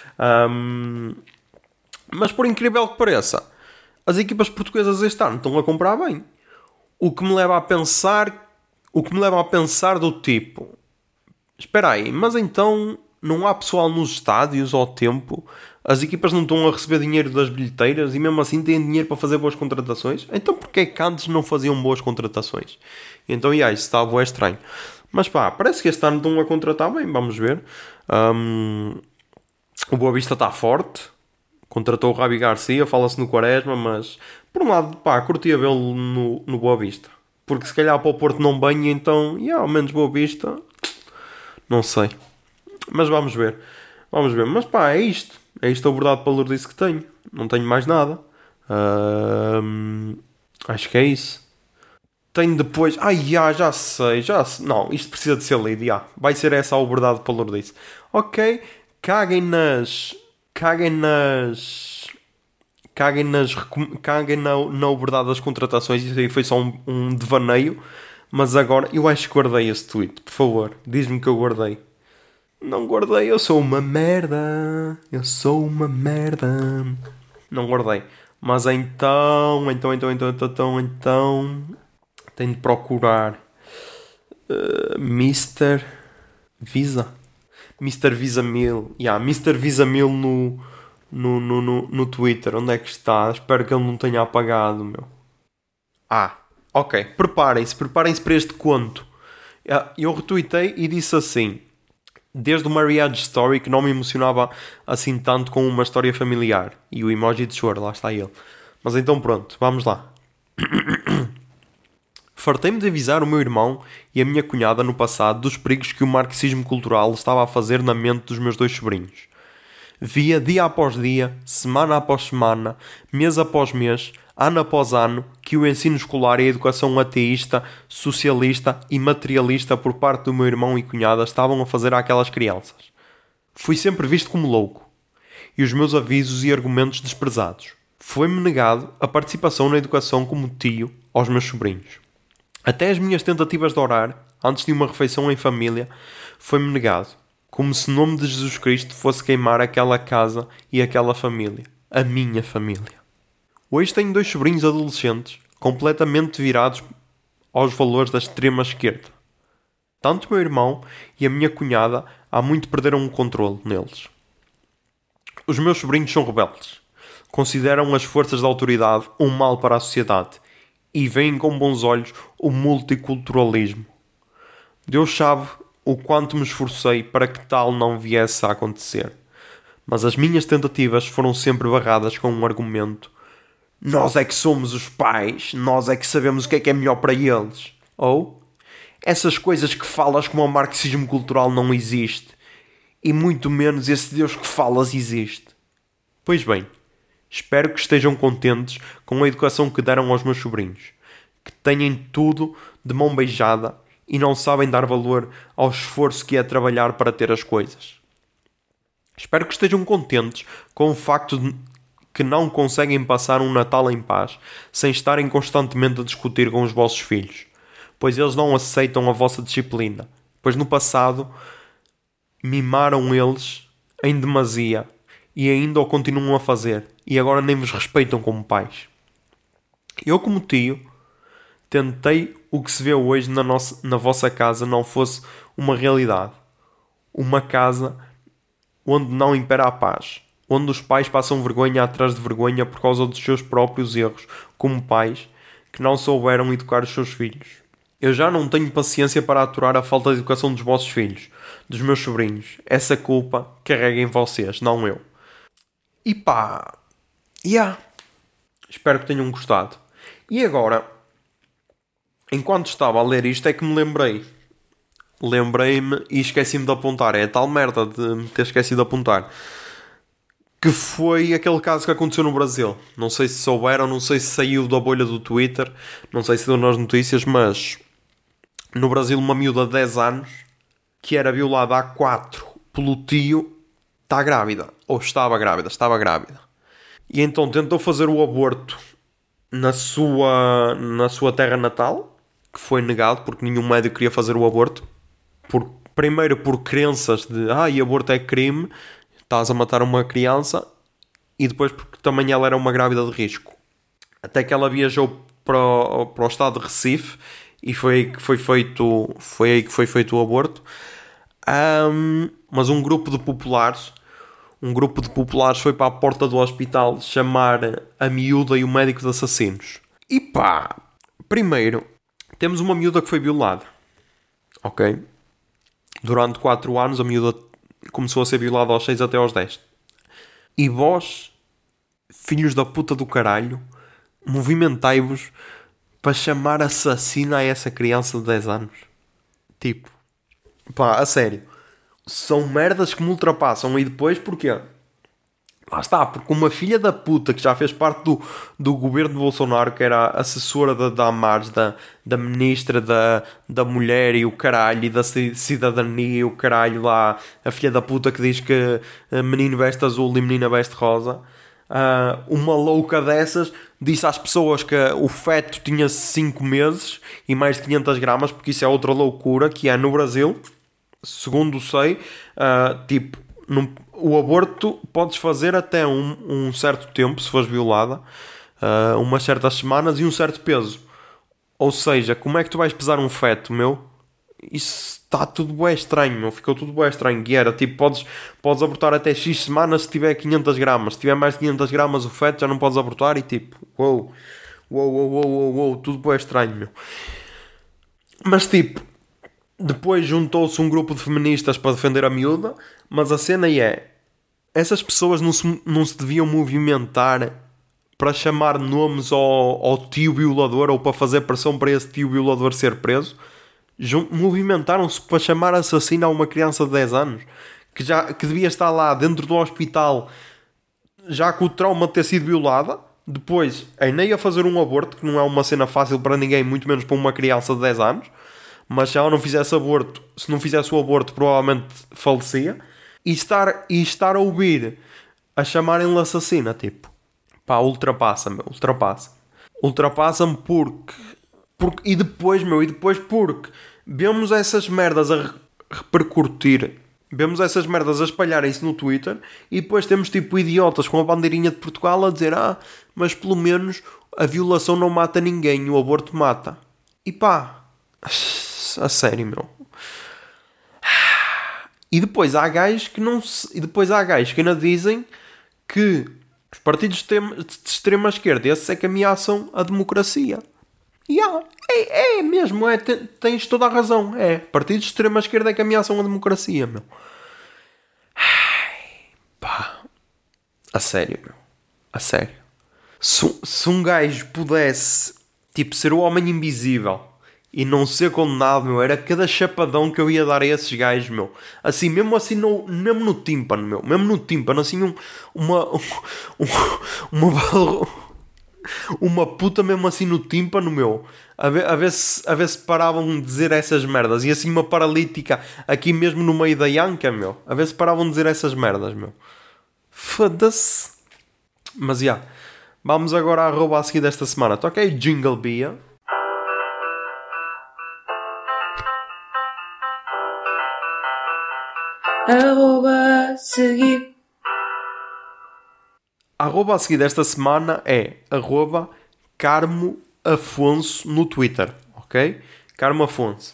Mas por incrível que pareça, as equipas portuguesas este ano estão a comprar bem. O que me leva a pensar do tipo, espera aí, mas então não há pessoal nos estádios ao tempo? As equipas não estão a receber dinheiro das bilheteiras e mesmo assim têm dinheiro para fazer boas contratações? Então porquê que antes não faziam boas contratações? Então, isso está bué estranho. Mas pá, parece que este ano estão a contratar bem, vamos ver. O Boa Vista está forte. Contratou o Rabi Garcia, fala-se no Quaresma, mas por um lado, pá, curtia vê-lo no Boa Vista. Porque se calhar para o Porto não banha, então, ao menos Boa Vista, não sei. Mas vamos ver. Mas pá, é isto. É isto a verdade para Lourdes que tenho. Não tenho mais nada. Acho que é isso. Tenho depois... já sei. Não, isto precisa de ser lido. Vai ser essa a verdade para Lourdes. Ok. Caguem na verdade das contratações. Isso aí foi só um devaneio. Mas agora... Eu acho que guardei esse tweet. Por favor, diz-me que eu guardei. Não guardei, eu sou uma merda. Não guardei. Mas então tenho de procurar Mr. Visa. Mr. Visa 1000. Mr. Visa 1000 no Twitter. Onde é que está? Espero que ele não tenha apagado, meu. Ok. Preparem-se para este conto. Eu retuitei e disse assim: desde o Marriage Story, que não me emocionava assim tanto com uma história familiar. E o emoji de choro, lá está ele. Mas então pronto, vamos lá. Fartei-me de avisar o meu irmão e a minha cunhada no passado dos perigos que o marxismo cultural estava a fazer na mente dos meus dois sobrinhos. Via dia após dia, semana após semana, mês após mês, ano após ano, que o ensino escolar e a educação ateísta, socialista e materialista por parte do meu irmão e cunhada estavam a fazer àquelas crianças. Fui sempre visto como louco, e os meus avisos e argumentos desprezados. Foi-me negado a participação na educação como tio aos meus sobrinhos. Até as minhas tentativas de orar, antes de uma refeição em família, foi-me negado, como se o nome de Jesus Cristo fosse queimar aquela casa e aquela família, a minha família. Hoje tenho dois sobrinhos adolescentes, completamente virados aos valores da extrema esquerda. Tanto o meu irmão e a minha cunhada há muito perderam o controle neles. Os meus sobrinhos são rebeldes. Consideram as forças da autoridade um mal para a sociedade e veem com bons olhos o multiculturalismo. Deus sabe o quanto me esforcei para que tal não viesse a acontecer. Mas as minhas tentativas foram sempre barradas com um argumento: nós é que somos os pais, nós é que sabemos o que é melhor para eles. Ou, essas coisas que falas como o marxismo cultural não existe, e muito menos esse Deus que falas existe. Pois bem, espero que estejam contentes com a educação que deram aos meus sobrinhos, que têm tudo de mão beijada e não sabem dar valor ao esforço que é trabalhar para ter as coisas. Espero que estejam contentes com o facto de que não conseguem passar um Natal em paz sem estarem constantemente a discutir com os vossos filhos, pois eles não aceitam a vossa disciplina, pois no passado mimaram eles em demasia e ainda o continuam a fazer e agora nem vos respeitam como pais. Eu, como tio, tentei o que se vê hoje na vossa casa não fosse uma realidade. Uma casa onde não impera a paz. Onde os pais passam vergonha atrás de vergonha por causa dos seus próprios erros, como pais que não souberam educar os seus filhos. Eu já não tenho paciência para aturar a falta de educação dos vossos filhos, dos meus sobrinhos. Essa culpa carreguem vocês, não eu. E pá, espero que tenham gostado. E agora, enquanto estava a ler isto é que me lembrei. Lembrei-me e esqueci-me de apontar. É a tal merda de me ter esquecido de apontar. Que foi aquele caso que aconteceu no Brasil. Não sei se souberam, não sei se saiu da bolha do Twitter, não sei se deu nas notícias, mas no Brasil uma miúda de 10 anos que era violada há 4 pelo tio está grávida. Ou estava grávida. E então tentou fazer o aborto na sua terra natal, que foi negado porque nenhum médico queria fazer o aborto. Primeiro por crenças de aborto é crime, estás a matar uma criança, e depois porque também ela era uma grávida de risco. Até que ela viajou para o estado de Recife e foi aí que foi feito o aborto. Mas um grupo de populares foi para a porta do hospital chamar a miúda e o médico de assassinos. E pá, primeiro, temos uma miúda que foi violada. Ok? Durante 4 anos a miúda começou a ser violada aos 6 até aos 10. E vós, filhos da puta do caralho, movimentai-vos para chamar assassina a essa criança de 10 anos. Tipo, pá, a sério. São merdas que me ultrapassam. E depois porquê? Lá está, porque uma filha da puta que já fez parte do governo de Bolsonaro, que era assessora da Damares, da ministra da mulher e o caralho, e da cidadania e o caralho lá, a filha da puta que diz que menino veste azul e menina veste rosa. Uma louca dessas disse às pessoas que o feto tinha 5 meses e mais de 500 gramas, porque isso é outra loucura que é no Brasil, segundo sei, tipo, o aborto podes fazer até um certo tempo, se fores violada, umas certas semanas e um certo peso. Ou seja, como é que tu vais pesar um feto, meu? Isso está tudo bem estranho, meu. Ficou tudo bem estranho. E era tipo, podes abortar até X semanas se tiver 500 gramas. Se tiver mais de 500 gramas o feto já não podes abortar. E tipo, tudo bem estranho, meu. Mas tipo, depois juntou-se um grupo de feministas para defender a miúda. Mas a cena é, essas pessoas não se deviam movimentar para chamar nomes ao tio violador ou para fazer pressão para esse tio violador ser preso. Movimentaram-se para chamar assassino a uma criança de 10 anos que devia estar lá dentro do hospital já com o trauma de ter sido violada, depois ainda ia fazer um aborto, que não é uma cena fácil para ninguém, muito menos para uma criança de 10 anos, mas se ela não fizesse aborto, se não fizesse o aborto provavelmente falecia, e estar a ouvir a chamarem-lhe assassina, tipo, pá, ultrapassa-me porque e depois porque vemos essas merdas a repercutir, vemos essas merdas a espalharem-se no Twitter, e depois temos tipo idiotas com a bandeirinha de Portugal a dizer mas pelo menos a violação não mata ninguém, o aborto mata. E pá, a sério, meu. E depois há gajos que ainda dizem que os partidos de extrema esquerda, esses é que ameaçam a democracia. É mesmo, tens toda a razão. Partidos de extrema esquerda é que ameaçam a democracia, meu. Pá, a sério, meu. A sério. Se um gajo pudesse, tipo, ser o homem invisível e não ser condenado, meu, era cada chapadão que eu ia dar a esses gajos, meu. Assim, mesmo no tímpano, meu. Mesmo no tímpano, assim, uma puta mesmo assim no tímpano, meu. A ver se paravam de dizer essas merdas. E assim uma paralítica aqui mesmo no meio da anca, meu. A ver se paravam de dizer essas merdas, meu. Foda-se. Mas, vamos agora à arroba a seguir desta semana. Toca aí Jingle Bia. Seguir. Arroba a seguir desta semana é arroba Carmo Afonso no Twitter, ok? Carmo Afonso.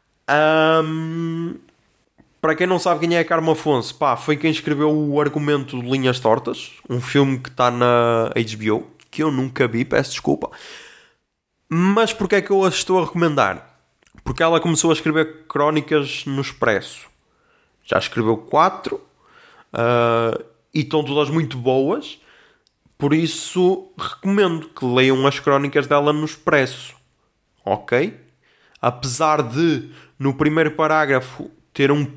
Para quem não sabe quem é Carmo Afonso, pá, foi quem escreveu o argumento de Linhas Tortas, um filme que está na HBO, que eu nunca vi, peço desculpa. Mas porquê é que eu a estou a recomendar? Porque ela começou a escrever crónicas no Expresso. Já escreveu 4 e estão todas muito boas. Por isso, recomendo que leiam as crónicas dela no Expresso. Ok? Apesar de, no primeiro parágrafo, ter um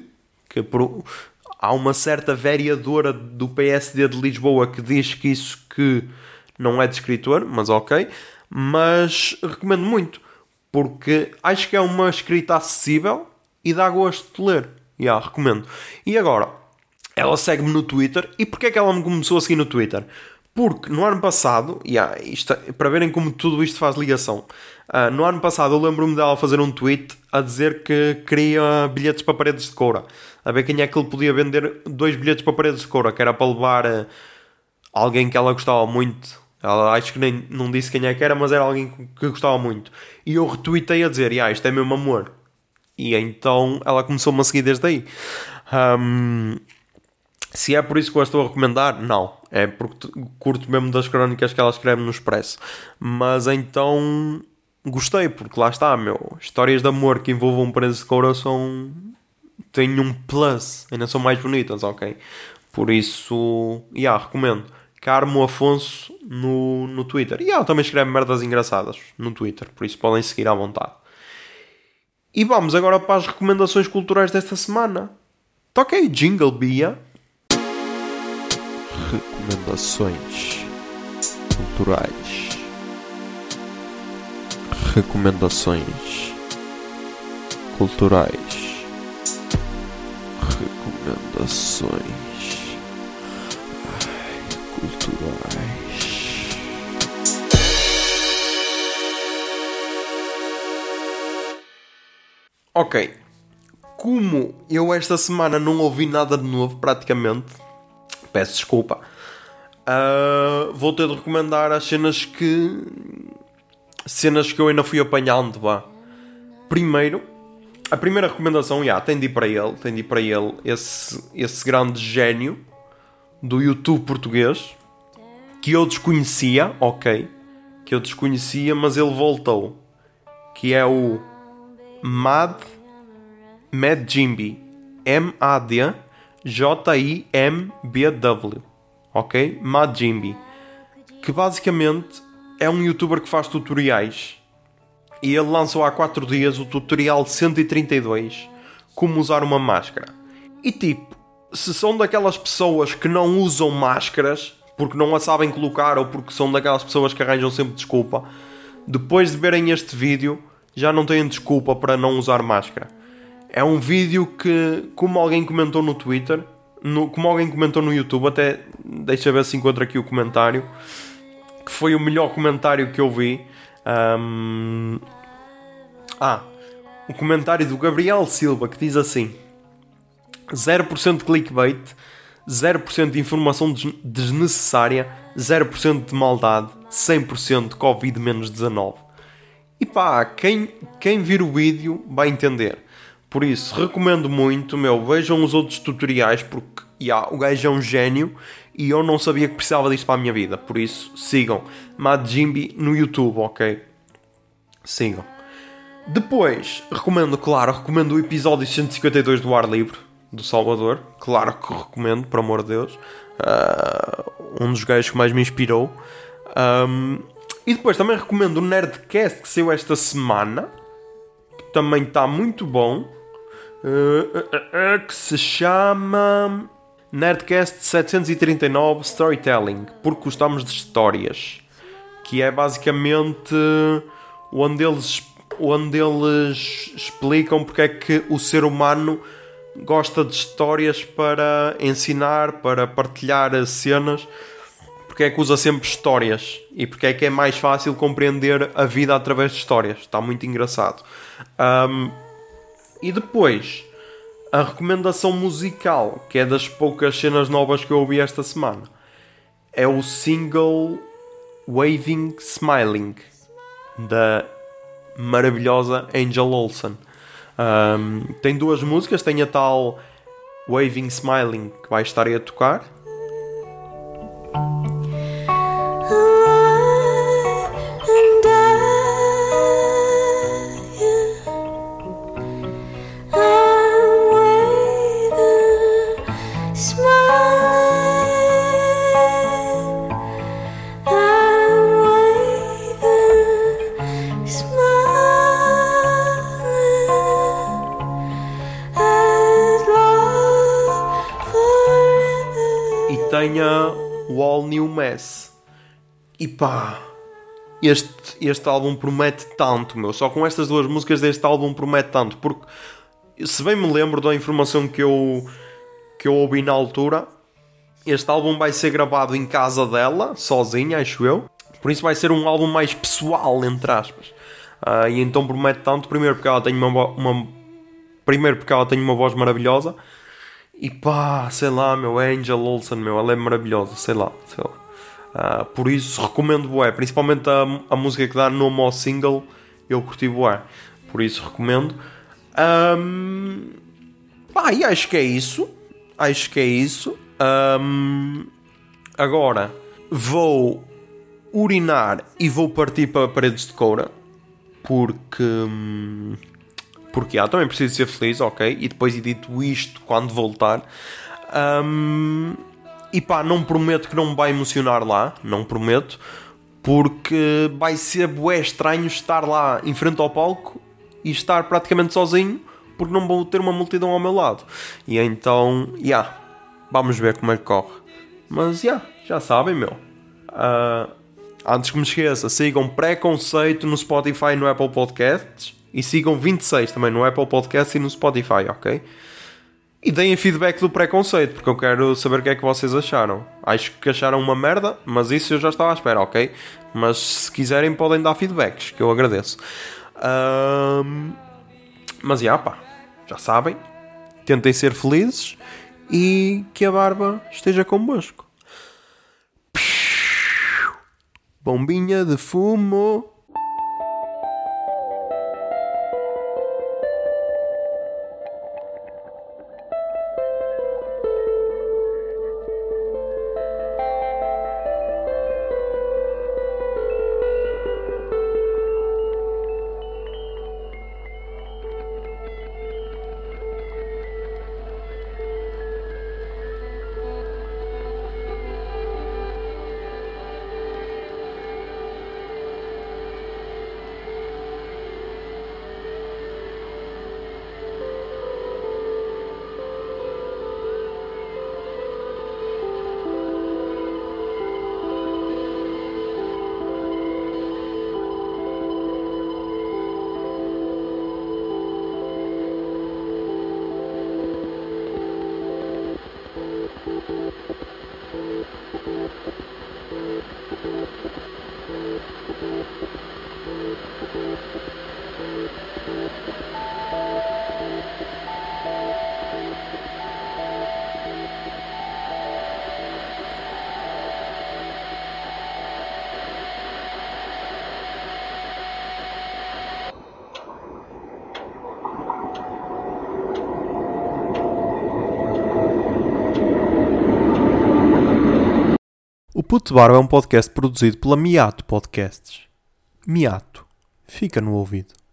há uma certa vereadora do PSD de Lisboa que diz que isso que não é de escritor, mas ok. Mas recomendo muito, porque acho que é uma escrita acessível e dá gosto de ler. Recomendo. E agora, ela segue-me no Twitter. E porquê é que ela me começou a seguir no Twitter? Porque no ano passado, para verem como tudo isto faz ligação, no ano passado eu lembro-me dela fazer um tweet a dizer que queria bilhetes para Paredes de Coura. A ver quem é que ele podia vender 2 bilhetes para Paredes de Coura, que era para levar alguém que ela gostava muito. Ela acho que nem não disse quem é que era, mas era alguém que gostava muito. E eu retuitei a dizer, isto é mesmo amor. E então ela começou-me a seguir desde aí. Se é por isso que eu a estou a recomendar, não. É porque curto mesmo das crónicas que ela escreve no Expresso. Mas então gostei, porque lá está, histórias de amor que envolvam Paredes de Coura têm um plus, ainda são mais bonitas, ok? Por isso, recomendo. Carmo Afonso no Twitter. E ela também escreve merdas engraçadas no Twitter, por isso podem seguir à vontade. E vamos agora para as recomendações culturais desta semana. Toca aí jingle, Bia. Recomendações culturais. Recomendações culturais. Recomendações culturais. Ok. Como eu esta semana não ouvi nada de novo, praticamente, peço desculpa, vou ter de recomendar as cenas que eu ainda fui apanhando, Primeiro, a primeira recomendação, tem de ir para ele, esse grande gênio do YouTube português, que eu desconhecia, mas ele voltou, que é o Mad Jimby, MADJIMBW, ok? Mad Jimby, que basicamente é um youtuber que faz tutoriais. E ele lançou há 4 dias o tutorial 132, como usar uma máscara. E tipo, se são daquelas pessoas que não usam máscaras porque não a sabem colocar, ou porque são daquelas pessoas que arranjam sempre desculpa, depois de verem este vídeo já não têm desculpa para não usar máscara. É um vídeo que, como alguém comentou no Twitter, como alguém comentou no YouTube, até deixa ver se encontro aqui o comentário, que foi o melhor comentário que eu vi. O comentário do Gabriel Silva, que diz assim: 0% clickbait, 0% de informação desnecessária, 0% de maldade, 100% Covid-19. E quem vir o vídeo vai entender. Por isso, recomendo muito, vejam os outros tutoriais, porque o gajo é um gênio e eu não sabia que precisava disto para a minha vida. Por isso, sigam Mad Jimby no YouTube, ok? Sigam. Depois, recomendo o episódio 152 do Ar Livre, do Salvador. Claro que recomendo, por amor de Deus. Um dos gajos que mais me inspirou. E depois também recomendo o Nerdcast, que saiu esta semana, que também está muito bom, que se chama Nerdcast 739 Storytelling, porque gostamos de histórias, que é basicamente onde eles explicam porque é que o ser humano gosta de histórias para ensinar, para partilhar as cenas, porque é que usa sempre histórias e porque é que é mais fácil compreender a vida através de histórias. Está muito engraçado. E depois a recomendação musical, que é das poucas cenas novas que eu ouvi esta semana, é o single Waving Smiling, da maravilhosa Angel Olsen. Tem duas músicas, tem a tal Waving Smiling que vai estar aí a tocar. Tenha o All New Mess. E pá, este álbum promete tanto, meu. Só com estas duas músicas deste álbum promete tanto. Porque, se bem me lembro da informação que eu ouvi na altura, este álbum vai ser gravado em casa dela, sozinha, acho eu. Por isso vai ser um álbum mais pessoal, entre aspas. E então promete tanto, primeiro porque ela tem uma voz maravilhosa. E pá, sei lá, meu, é Angel Olsen, meu, ela é maravilhosa, sei lá. Por isso recomendo bué, principalmente a música que dá nome ao single, eu curti bué. Por isso recomendo. E acho que é isso. Agora vou urinar e vou partir para Paredes de Coura. Porque também preciso ser feliz, ok? E depois edito isto quando voltar. E pá, não prometo que não me vai emocionar lá. Não prometo. Porque vai ser bué estranho estar lá em frente ao palco e estar praticamente sozinho, porque não vou ter uma multidão ao meu lado. E então, vamos ver como é que corre. Mas, já sabem, meu. Antes que me esqueça, sigam Preconceito no Spotify e no Apple Podcasts. E sigam 26 também no Apple Podcasts e no Spotify, ok? E deem feedback do Preconceito, porque eu quero saber o que é que vocês acharam. Acho que acharam uma merda, mas isso eu já estava à espera, ok? Mas se quiserem podem dar feedbacks, que eu agradeço. Mas já sabem. Tentem ser felizes e que a barba esteja convosco. Bombinha de fumo. O Puto de Barba é um podcast produzido pela Miato Podcasts. Miato. Fica no ouvido.